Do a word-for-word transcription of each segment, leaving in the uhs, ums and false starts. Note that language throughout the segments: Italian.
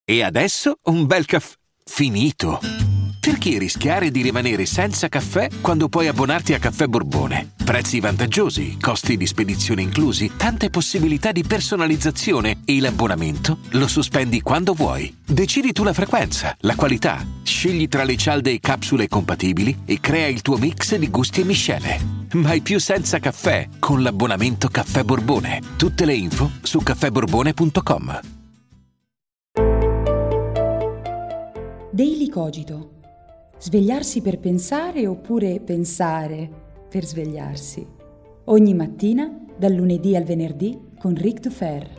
E adesso un bel caffè finito. Perché rischiare di rimanere senza caffè quando puoi abbonarti a Caffè Borbone? Prezzi vantaggiosi, costi di spedizione inclusi, tante possibilità di personalizzazione e l'abbonamento lo sospendi quando vuoi. Decidi tu la frequenza, la qualità, scegli tra le cialde e capsule compatibili e crea il tuo mix di gusti e miscele. Mai più senza caffè con l'abbonamento Caffè Borbone. Tutte le info su caffè borbone punto com. Daily Cogito. Svegliarsi per pensare oppure pensare per svegliarsi. Ogni mattina, dal lunedì al venerdì, con Ric Dufer.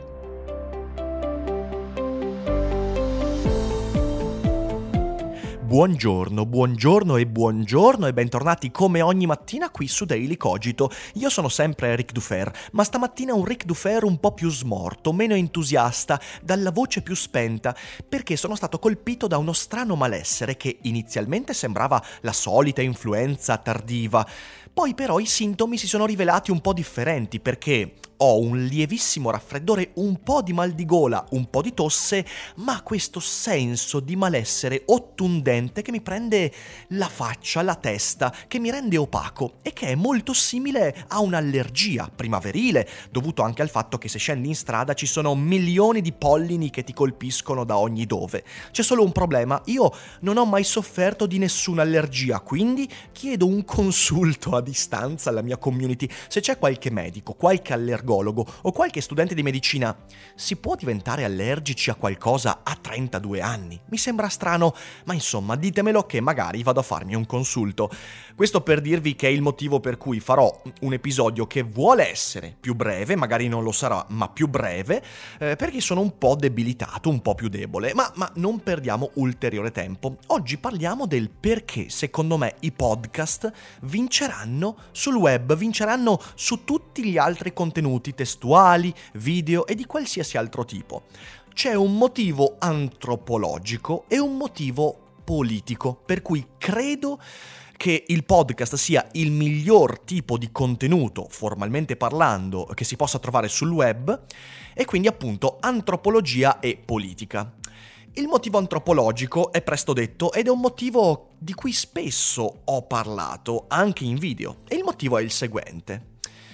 Buongiorno, buongiorno e buongiorno e bentornati come ogni mattina qui su Daily Cogito. Io sono sempre Ric Dufer, ma stamattina un Ric Dufer un po' più smorto, meno entusiasta, dalla voce più spenta, perché sono stato colpito da uno strano malessere che inizialmente sembrava la solita influenza tardiva. Poi però i sintomi si sono rivelati un po' differenti perché ho un lievissimo raffreddore, un po' di mal di gola, un po' di tosse, ma questo senso di malessere ottundente che mi prende la faccia, la testa, che mi rende opaco e che è molto simile a un'allergia primaverile, dovuto anche al fatto che se scendi in strada ci sono milioni di pollini che ti colpiscono da ogni dove. C'è solo un problema, io non ho mai sofferto di nessuna allergia, quindi chiedo un consulto a distanza alla mia community. Se c'è qualche medico, qualche allergologo o qualche studente di medicina, si può diventare allergici a qualcosa a trentadue anni? Mi sembra strano, ma insomma ditemelo che magari vado a farmi un consulto. Questo per dirvi che è il motivo per cui farò un episodio che vuole essere più breve, magari non lo sarà, ma più breve, eh, perché sono un po' debilitato, un po' più debole, ma, ma non perdiamo ulteriore tempo. Oggi parliamo del perché secondo me i podcast vinceranno sul web, vinceranno su tutti gli altri contenuti testuali, video e di qualsiasi altro tipo. C'è un motivo antropologico e un motivo politico, per cui credo che il podcast sia il miglior tipo di contenuto, formalmente parlando, che si possa trovare sul web, e quindi appunto antropologia e politica. Il motivo antropologico è presto detto ed è un motivo di cui spesso ho parlato, anche in video, e il motivo è il seguente.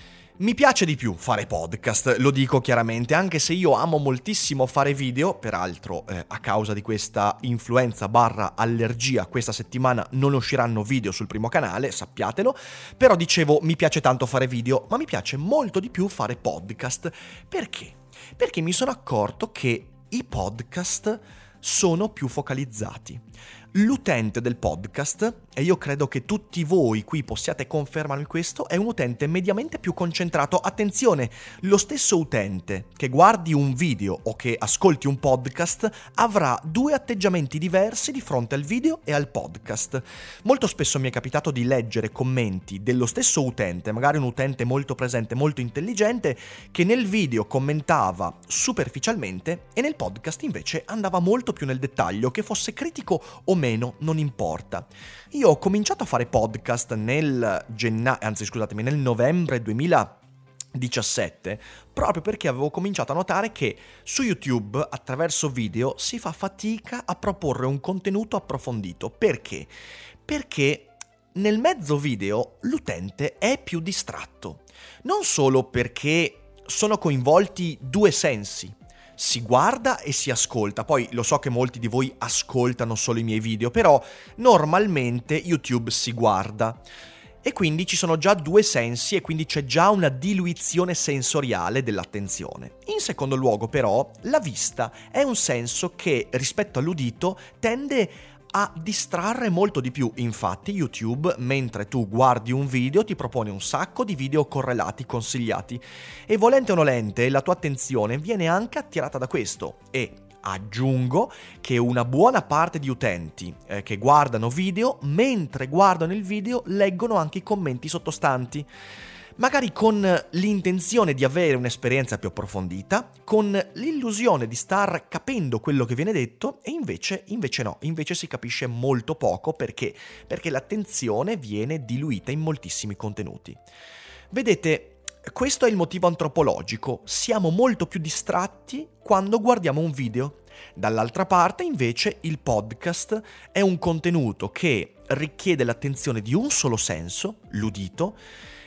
Mi piace di più fare podcast, lo dico chiaramente, anche se io amo moltissimo fare video, peraltro eh, a causa di questa influenza barra allergia questa settimana non usciranno video sul primo canale, sappiatelo, però dicevo mi piace tanto fare video, ma mi piace molto di più fare podcast. Perché? Perché mi sono accorto che i podcast sono più focalizzati. L'utente del podcast, e io credo che tutti voi qui possiate confermarmi questo, è un utente mediamente più concentrato. Attenzione, lo stesso utente che guardi un video o che ascolti un podcast avrà due atteggiamenti diversi di fronte al video e al podcast. Molto spesso mi è capitato di leggere commenti dello stesso utente, magari un utente molto presente, molto intelligente, che nel video commentava superficialmente e nel podcast invece andava molto più nel dettaglio, che fosse critico o meno, non importa. Io ho cominciato a fare podcast nel gennaio, anzi scusatemi, nel novembre duemiladiciassette, proprio perché avevo cominciato a notare che su YouTube, attraverso video, si fa fatica a proporre un contenuto approfondito. Perché? Perché nel mezzo video l'utente è più distratto. Non solo perché sono coinvolti due sensi, si guarda e si ascolta. Poi lo so che molti di voi ascoltano solo i miei video, però normalmente YouTube si guarda e quindi ci sono già due sensi e quindi c'è già una diluizione sensoriale dell'attenzione. In secondo luogo però la vista è un senso che rispetto all'udito tende a distrarre molto di più. Infatti YouTube, mentre tu guardi un video, ti propone un sacco di video correlati, consigliati, e volente o nolente la tua attenzione viene anche attirata da questo. E aggiungo che una buona parte di utenti eh, che guardano video, mentre guardano il video, leggono anche i commenti sottostanti. Magari con l'intenzione di avere un'esperienza più approfondita, con l'illusione di star capendo quello che viene detto, e invece, invece no, invece si capisce molto poco. Perché? Perché l'attenzione viene diluita in moltissimi contenuti. Vedete, questo è il motivo antropologico. Siamo molto più distratti quando guardiamo un video. Dall'altra parte, invece, il podcast è un contenuto che richiede l'attenzione di un solo senso, l'udito,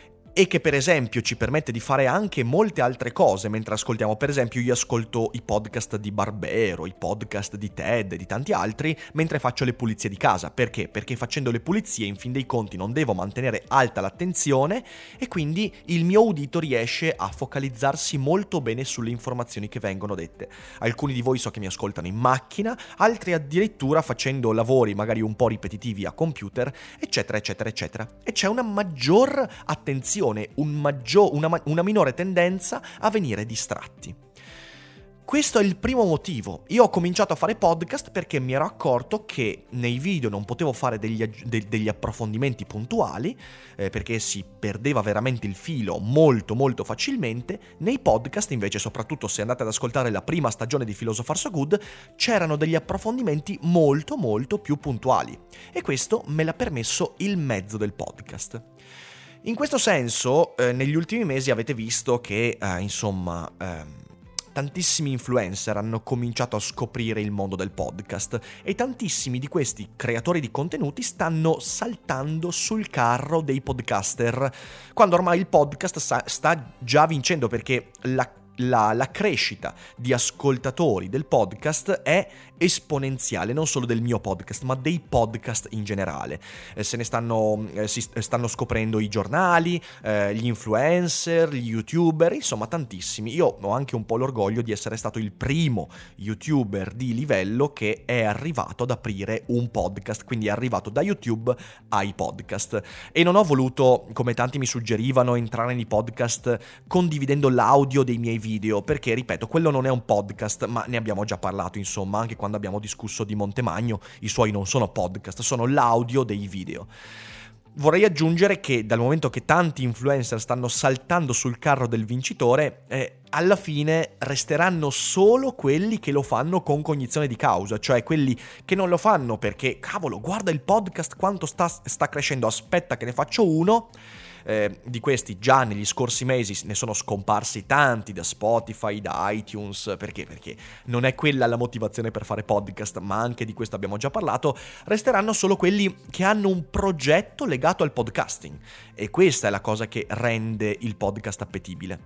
e che per esempio ci permette di fare anche molte altre cose mentre ascoltiamo. Per esempio io ascolto i podcast di Barbero, i podcast di Ted e di tanti altri mentre faccio le pulizie di casa. Perché? Perché facendo le pulizie in fin dei conti non devo mantenere alta l'attenzione e quindi il mio udito riesce a focalizzarsi molto bene sulle informazioni che vengono dette. Alcuni di voi so che mi ascoltano in macchina, altri addirittura facendo lavori magari un po' ripetitivi a computer, eccetera eccetera eccetera. E c'è una maggior attenzione, Un maggior, una, una minore tendenza a venire distratti. Questo è il primo motivo. Io ho cominciato a fare podcast perché mi ero accorto che nei video non potevo fare degli, de, degli approfondimenti puntuali, eh, perché si perdeva veramente il filo molto molto facilmente. Nei podcast invece, soprattutto se andate ad ascoltare la prima stagione di Philosopher So Good, c'erano degli approfondimenti molto molto più puntuali. E questo me l'ha permesso il mezzo del podcast. In questo senso, eh, negli ultimi mesi avete visto che, eh, insomma, eh, tantissimi influencer hanno cominciato a scoprire il mondo del podcast e tantissimi di questi creatori di contenuti stanno saltando sul carro dei podcaster, quando ormai il podcast sta, sta già vincendo, perché la La, la crescita di ascoltatori del podcast è esponenziale, non solo del mio podcast, ma dei podcast in generale. Eh, se ne stanno, eh, si stanno scoprendo i giornali, eh, gli influencer, gli youtuber, insomma tantissimi. Io ho anche un po' l'orgoglio di essere stato il primo youtuber di livello che è arrivato ad aprire un podcast, quindi è arrivato da YouTube ai podcast. E non ho voluto, come tanti mi suggerivano, entrare nei podcast condividendo l'audio dei miei video, perché, ripeto, quello non è un podcast, ma ne abbiamo già parlato, insomma, anche quando abbiamo discusso di Montemagno. I suoi non sono podcast, sono l'audio dei video. Vorrei aggiungere che dal momento che tanti influencer stanno saltando sul carro del vincitore, eh, alla fine resteranno solo quelli che lo fanno con cognizione di causa, cioè quelli che non lo fanno perché, cavolo, guarda il podcast quanto sta, sta crescendo, aspetta che ne faccio uno. Eh, di questi già negli scorsi mesi ne sono scomparsi tanti da Spotify, da iTunes, perché? Perché non è quella la motivazione per fare podcast, ma anche di questo abbiamo già parlato. Resteranno solo quelli che hanno un progetto legato al podcasting, e questa è la cosa che rende il podcast appetibile.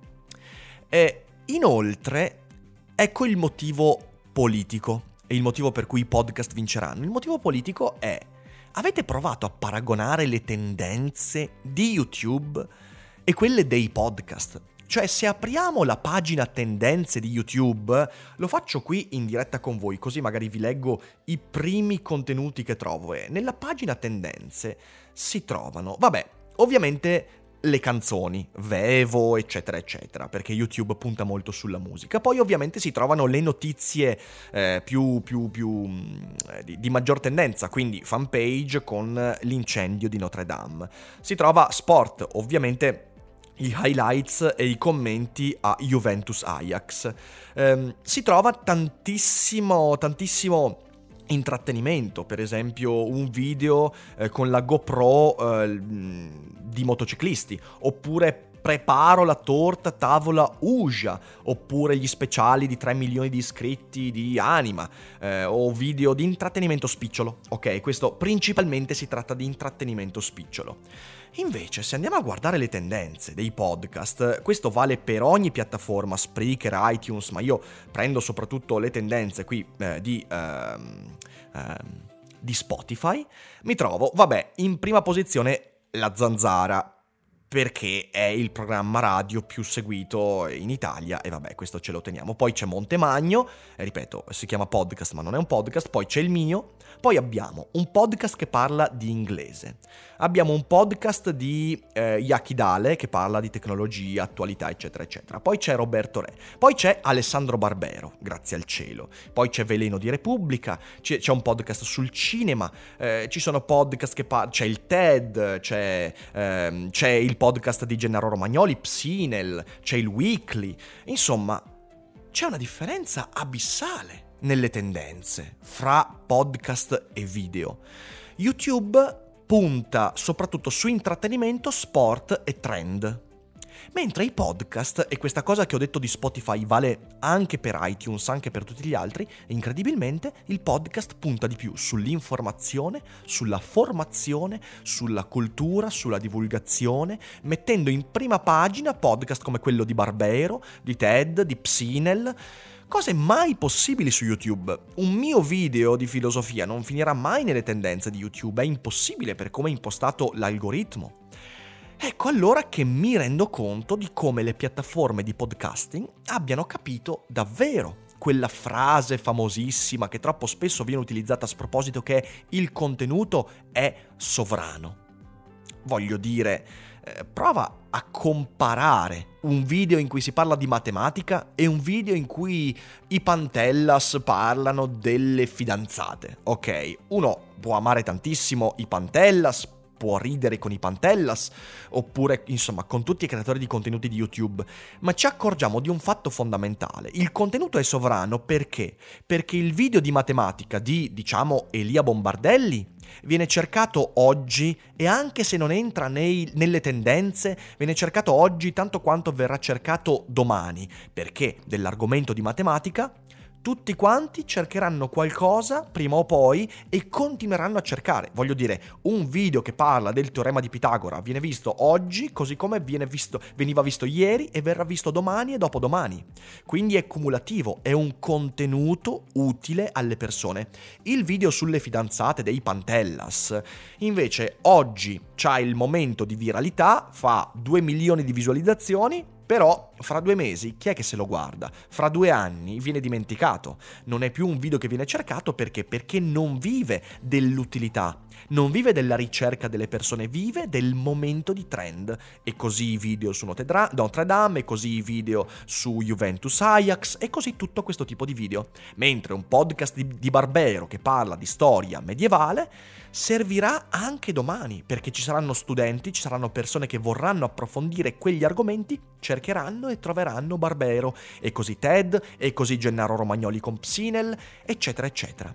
E inoltre, ecco il motivo politico e il motivo per cui i podcast vinceranno. Il motivo politico è: avete provato a paragonare le tendenze di YouTube e quelle dei podcast? Cioè, se apriamo la pagina tendenze di YouTube, lo faccio qui in diretta con voi, così magari vi leggo i primi contenuti che trovo. E nella pagina tendenze si trovano, vabbè, ovviamente le canzoni, Vevo, eccetera, eccetera, perché YouTube punta molto sulla musica. Poi ovviamente si trovano le notizie eh, più, più, più eh, di, di maggior tendenza, quindi fanpage con l'incendio di Notre Dame. Si trova sport, ovviamente i highlights e i commenti a Juventus-Ajax. Eh, si trova tantissimo, tantissimo intrattenimento, per esempio un video eh, con la GoPro eh, di motociclisti, oppure preparo la torta tavola Uja, oppure gli speciali di tre milioni di iscritti di Anima, eh, o video di intrattenimento spicciolo. Ok, questo principalmente si tratta di intrattenimento spicciolo. Invece, se andiamo a guardare le tendenze dei podcast, questo vale per ogni piattaforma, Spreaker, iTunes, ma io prendo soprattutto le tendenze qui eh, di, ehm, ehm, di Spotify, mi trovo, vabbè, in prima posizione La Zanzara, perché è il programma radio più seguito in Italia, e vabbè, questo ce lo teniamo. Poi c'è Montemagno, e ripeto, si chiama podcast ma non è un podcast. Poi c'è il mio. Poi abbiamo un podcast che parla di inglese, abbiamo un podcast di eh, Yakidale che parla di tecnologia, attualità, eccetera eccetera. Poi c'è Roberto Re, poi c'è Alessandro Barbero, grazie al cielo. Poi c'è Veleno di Repubblica, c'è, c'è un podcast sul cinema, eh, ci sono podcast che parlano, c'è il TED, c'è, ehm, c'è il podcast di Gennaro Romagnoli, Psinel, c'è il Weekly. Insomma, c'è una differenza abissale nelle tendenze fra podcast e video. YouTube punta soprattutto su intrattenimento, sport e trend. Mentre i podcast, e questa cosa che ho detto di Spotify vale anche per iTunes, anche per tutti gli altri, incredibilmente il podcast punta di più sull'informazione, sulla formazione, sulla cultura, sulla divulgazione, mettendo in prima pagina podcast come quello di Barbero, di TED, di Psinel, cose mai possibili su YouTube. Un mio video di filosofia non finirà mai nelle tendenze di YouTube, è impossibile per come è impostato l'algoritmo. Ecco allora che mi rendo conto di come le piattaforme di podcasting abbiano capito davvero quella frase famosissima che troppo spesso viene utilizzata a sproposito, che il contenuto è sovrano. Voglio dire, eh, prova a comparare un video in cui si parla di matematica e un video in cui i Pantellas parlano delle fidanzate. Ok, uno può amare tantissimo i Pantellas, può ridere con i Pantellas, oppure, insomma, con tutti i creatori di contenuti di YouTube, ma ci accorgiamo di un fatto fondamentale. Il contenuto è sovrano perché? Perché il video di matematica di, diciamo, Elia Bombardelli viene cercato oggi, e anche se non entra nei, nelle tendenze, viene cercato oggi tanto quanto verrà cercato domani, perché dell'argomento di matematica tutti quanti cercheranno qualcosa prima o poi e continueranno a cercare. Voglio dire, un video che parla del teorema di Pitagora viene visto oggi, così come viene visto, veniva visto ieri e verrà visto domani e dopodomani. Quindi è cumulativo, è un contenuto utile alle persone. Il video sulle fidanzate dei Pantellas, invece, oggi c'ha il momento di viralità, fa due milioni di visualizzazioni, però fra due mesi chi è che se lo guarda? Fra due anni viene dimenticato. Non è più un video che viene cercato perché? Perché non vive dell'utilità, non vive della ricerca delle persone, vive del momento di trend. E così i video su Notre Dame, e così i video su Juventus Ajax, e così tutto questo tipo di video. Mentre un podcast di, di Barbero che parla di storia medievale servirà anche domani, perché ci saranno studenti, ci saranno persone che vorranno approfondire quegli argomenti, cercheranno e troveranno Barbero, e così TED, e così Gennaro Romagnoli con Psinel, eccetera eccetera.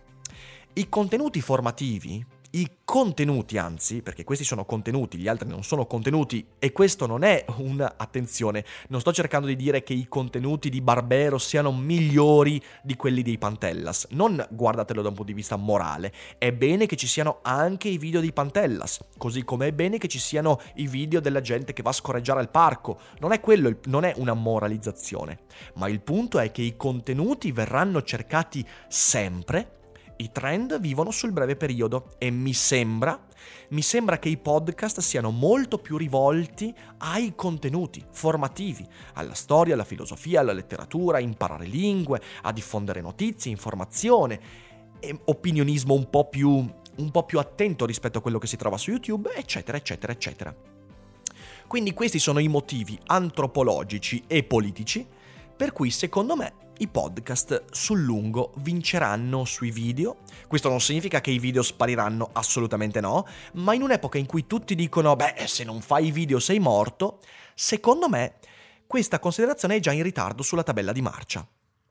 I contenuti formativi, i contenuti anzi, perché questi sono contenuti, gli altri non sono contenuti, e questo non è una, attenzione, non sto cercando di dire che i contenuti di Barbero siano migliori di quelli dei Pantellas, non guardatelo da un punto di vista morale, è bene che ci siano anche i video dei Pantellas, così come è bene che ci siano i video della gente che va a scorreggiare al parco, non è quello, non è una moralizzazione, ma il punto è che i contenuti verranno cercati sempre. I trend vivono sul breve periodo e mi sembra, mi sembra che i podcast siano molto più rivolti ai contenuti formativi, alla storia, alla filosofia, alla letteratura, a imparare lingue, a diffondere notizie, informazione, e opinionismo un po' più, un po' più attento rispetto a quello che si trova su YouTube, eccetera, eccetera, eccetera. Quindi questi sono i motivi antropologici e politici per cui, secondo me, i podcast sul lungo vinceranno sui video. Questo non significa che i video spariranno, assolutamente no, ma in un'epoca in cui tutti dicono beh, se non fai i video sei morto, secondo me questa considerazione è già in ritardo sulla tabella di marcia.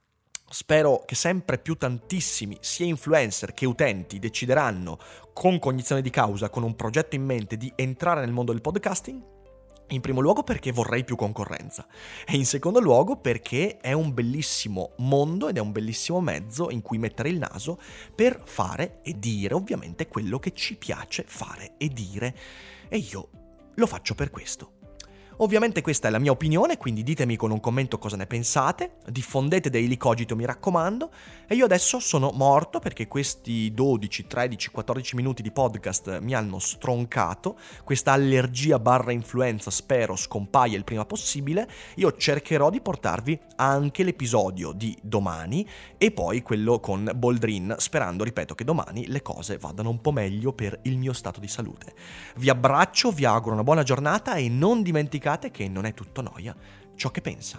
Spero che sempre più tantissimi, sia influencer che utenti, decideranno con cognizione di causa, con un progetto in mente, di entrare nel mondo del podcasting. In primo luogo perché vorrei più concorrenza, e in secondo luogo perché è un bellissimo mondo ed è un bellissimo mezzo in cui mettere il naso per fare e dire ovviamente quello che ci piace fare e dire, e io lo faccio per questo. Ovviamente questa è la mia opinione, quindi ditemi con un commento cosa ne pensate, diffondete Daily Cogito, mi raccomando, e io adesso sono morto perché questi dodici, tredici, quattordici minuti di podcast mi hanno stroncato, questa allergia barra influenza spero scompaia il prima possibile, io cercherò di portarvi anche l'episodio di domani e poi quello con Boldrin, sperando, ripeto, che domani le cose vadano un po' meglio per il mio stato di salute. Vi abbraccio, vi auguro una buona giornata e non dimenticate che non è tutto noia ciò che pensa.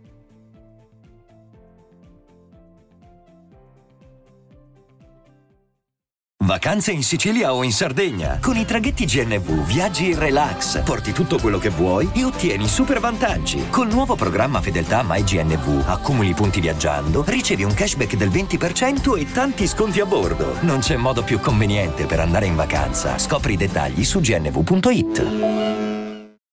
Vacanze in Sicilia o in Sardegna. Con i traghetti G N V viaggi in relax, porti tutto quello che vuoi e ottieni super vantaggi. Col nuovo programma Fedeltà MyGNV accumuli punti viaggiando, ricevi un cashback del venti per cento e tanti sconti a bordo. Non c'è modo più conveniente per andare in vacanza. Scopri i dettagli su gnv punto it.